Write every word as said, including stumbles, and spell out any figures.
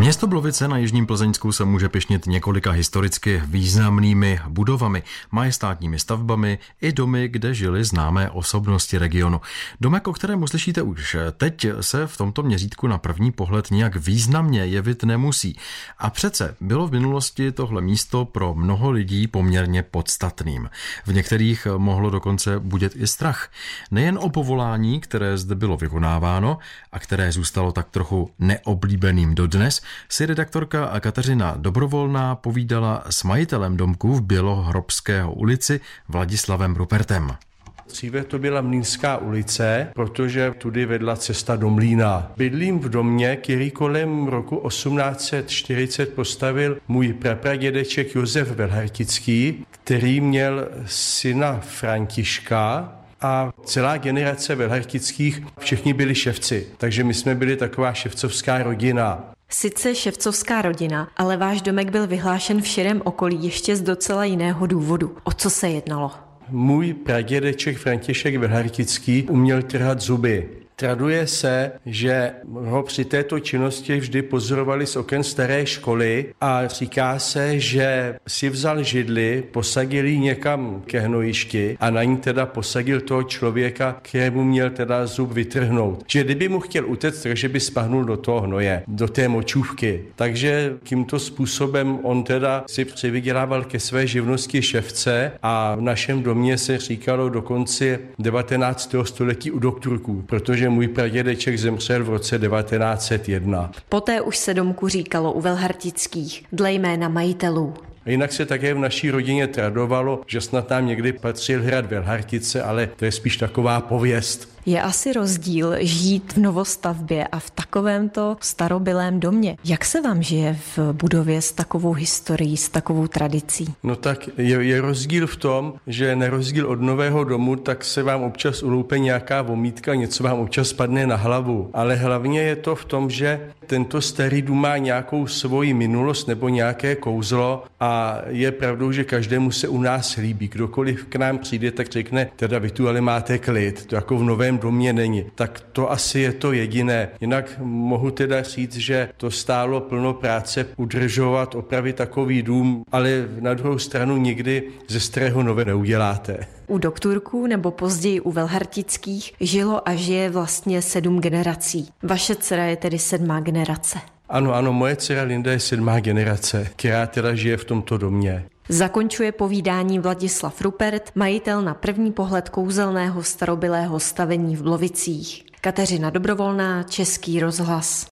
Město Blovice na jižním Plzeňsku se může pyšnit několika historicky významnými budovami, majestátními stavbami i domy, kde žili známé osobnosti regionu. Domek, o kterém uslyšíte už teď, se v tomto měřítku na první pohled nijak významně jevit nemusí. A přece bylo v minulosti tohle místo pro mnoho lidí poměrně podstatným. V některých mohlo dokonce budit i strach. Nejen o povolání, které zde bylo vykonáváno a které zůstalo tak trochu neoblíbeným dodnes, si redaktorka Kateřina Dobrovolná povídala s majitelem domku v Bělohrobského ulici Vladislavem Rupertem. Dříve to byla Mlýnská ulice, protože tudy vedla cesta do mlýna. Bydlím v domě, který kolem roku osmnáct set čtyřicet postavil můj prapradědeček Josef Velhartický, který měl syna Františka, a celá generace Velhartických, všichni byli ševci, takže my jsme byli taková ševcovská rodina. Sice ševcovská rodina, ale váš domek byl vyhlášen v širém okolí ještě z docela jiného důvodu. O co se jednalo? Můj pradědeček František Velhartický uměl trhat zuby. Traduje se, že ho při této činnosti vždy pozorovali z oken staré školy a říká se, že si vzal židli, posadil ji někam ke hnojišti a na ní teda posadil toho člověka, kterému měl teda zub vytrhnout. Že kdyby mu chtěl utéct, takže by spahnul do toho hnoje, do té močůvky. Takže tímto způsobem on teda si přivydělával ke své živnosti ševce a v našem domě se říkalo do konce devatenáctého století u doktorků, protože můj pradědeček zemřel v roce devatenáct set jedna. Poté už se domku říkalo u Velhartických, dle jména majitelů. Jinak se také v naší rodině tradovalo, že snad nám někdy patřil hrad Velhartice, ale to je spíš taková pověst. Je asi rozdíl žít v novostavbě a v takovémto starobylém domě. Jak se vám žije v budově s takovou historií, s takovou tradicí? No tak je, je rozdíl v tom, že na rozdíl od nového domu, tak se vám občas uloupe nějaká vomítka, něco vám občas padne na hlavu. Ale hlavně je to v tom, že tento starý dům má nějakou svoji minulost nebo nějaké kouzlo a je pravdou, že každému se u nás líbí. Kdokoliv k nám přijde, tak řekne, teda vy tu ale máte klid, to jako v novém domě není. Tak to asi je to jediné. Jinak mohu teda říct, že to stálo plno práce udržovat, opravit takový dům, ale na druhou stranu nikdy ze starého nové neuděláte. U doktorků nebo později u Velhartických žilo a žije vlastně sedm generací. Vaše dcera je tedy sedmá generace. Ano, ano, moje dcera Linda je sedmá generace, která teda žije v tomto domě. Zakončuje povídání Vladislav Rupert, majitel na první pohled kouzelného starobylého stavení v Blovicích. Kateřina Dobrovolná, Český rozhlas.